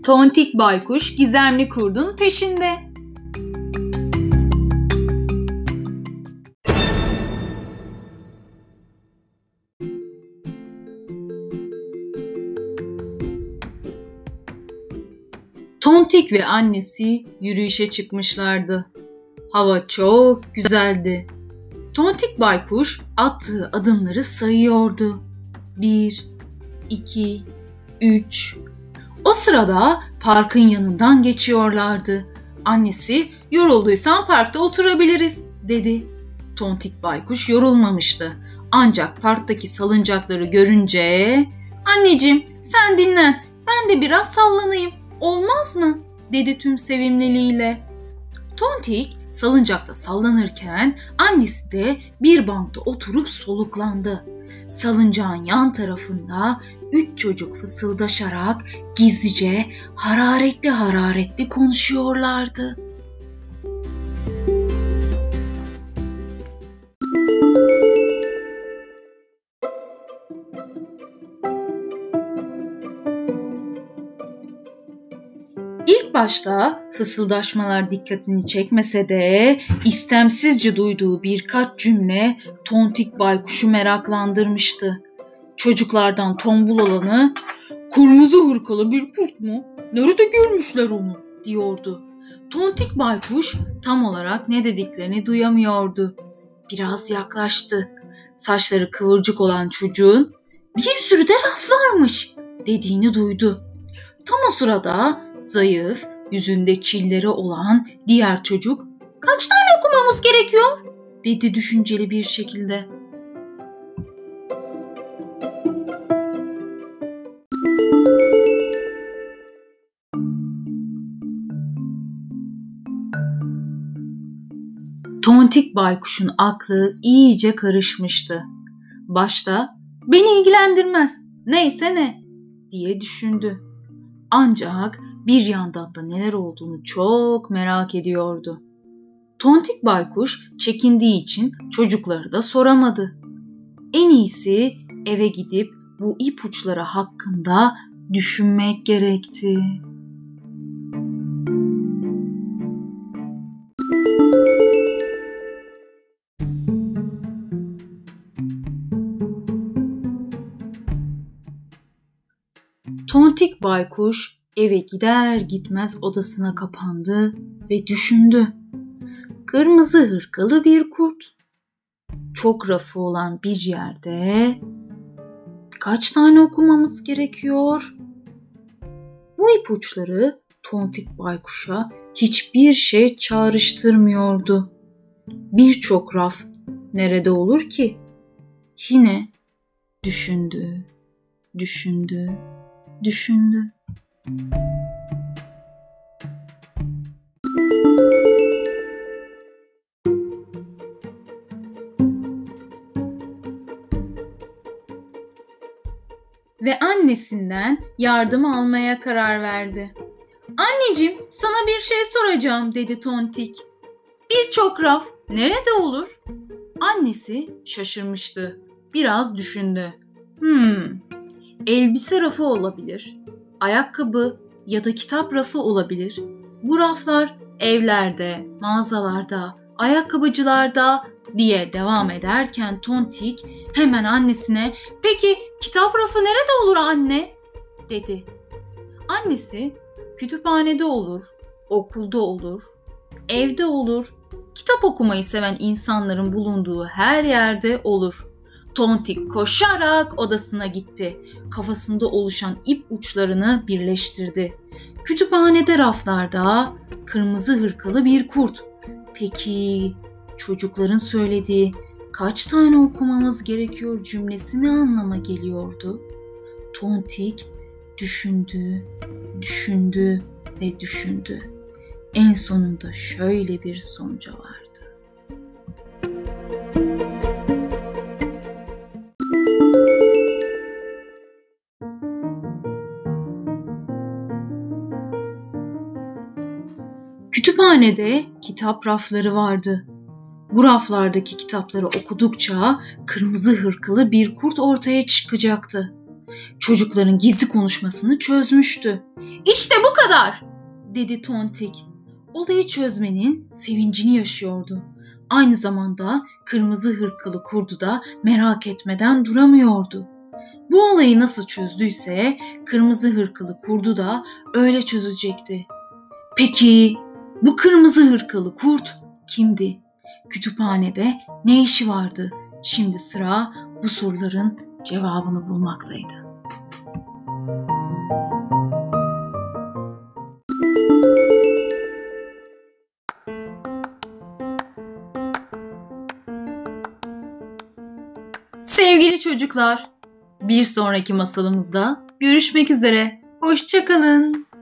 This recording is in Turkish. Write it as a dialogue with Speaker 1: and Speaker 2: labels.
Speaker 1: Tontik baykuş gizemli kurdun peşinde. Tontik ve annesi yürüyüşe çıkmışlardı. Hava çok güzeldi. Tontik baykuş attığı adımları sayıyordu. 1, 2, 3. O sırada parkın yanından geçiyorlardı. Annesi, "Yorulduysan parkta oturabiliriz," dedi. Tontik baykuş yorulmamıştı. Ancak parktaki salıncakları görünce, "Anneciğim, sen dinlen, ben de biraz sallanayım, olmaz mı?" dedi tüm sevimliliğiyle. Tontik salıncakta sallanırken annesi de bir bankta oturup soluklandı. Salıncağın yan tarafında 3 çocuk fısıldaşarak gizlice hararetli konuşuyorlardı. İlk başta fısıldaşmalar dikkatini çekmese de istemsizce duyduğu birkaç cümle Tontik baykuşu meraklandırmıştı. Çocuklardan tombul olanı, "Kırmızı hırkalı bir kurt mu? Nerede görmüşler onu?" diyordu. Tontik baykuş tam olarak ne dediklerini duyamıyordu. Biraz yaklaştı. Saçları kıvırcık olan çocuğun, "Bir sürü de raf varmış," dediğini duydu. Tam o sırada zayıf, yüzünde çilleri olan diğer çocuk, "Kaç tane okumamız gerekiyor?" dedi düşünceli bir şekilde. Tontik baykuşun aklı iyice karışmıştı. Başta, "Beni ilgilendirmez, neyse ne," diye düşündü. Ancak bir yandan da neler olduğunu çok merak ediyordu. Tontik baykuş çekindiği için çocukları da soramadı. En iyisi eve gidip bu ipuçları hakkında düşünmek gerekti. Tontik baykuş eve gider gitmez odasına kapandı ve düşündü. Kırmızı hırkalı bir kurt. Çok rafı olan bir yerde kaç tane okumamız gerekiyor? Bu ipuçları Tontik baykuşa hiçbir şey çağrıştırmıyordu. Birçok raf nerede olur ki? Yine düşündü. Ve annesinden yardım almaya karar verdi. "Anneciğim, sana bir şey soracağım," dedi Tontik. "Birçok raf nerede olur?" Annesi şaşırmıştı. Biraz düşündü. Elbise rafı olabilir, ayakkabı ya da kitap rafı olabilir. Bu raflar evlerde, mağazalarda, ayakkabıcılarda diye devam ederken Tontik hemen annesine, "Peki kitap rafı nerede olur anne?" dedi. Annesi, "Kütüphanede olur, okulda olur, evde olur, kitap okumayı seven insanların bulunduğu her yerde olur." Tontik koşarak odasına gitti. Kafasında oluşan ip uçlarını birleştirdi. Kütüphanede raflarda kırmızı hırkalı bir kurt. Peki çocukların söylediği "kaç tane okumamız gerekiyor" cümlesi ne anlama geliyordu? Tontik düşündü. En sonunda şöyle bir sonuca vardı. Kütüphanede kitap rafları vardı. Bu raflardaki kitapları okudukça kırmızı hırkalı bir kurt ortaya çıkacaktı. Çocukların gizli konuşmasını çözmüştü. "İşte bu kadar!" dedi Tontik. Olayı çözmenin sevincini yaşıyordu. Aynı zamanda kırmızı hırkalı kurdu da merak etmeden duramıyordu. Bu olayı nasıl çözdüyse kırmızı hırkalı kurdu da öyle çözecekti. Peki bu kırmızı hırkalı kurt kimdi? Kütüphanede ne işi vardı? Şimdi sıra bu soruların cevabını bulmaktaydı. Sevgili çocuklar, bir sonraki masalımızda görüşmek üzere. Hoşça kalın.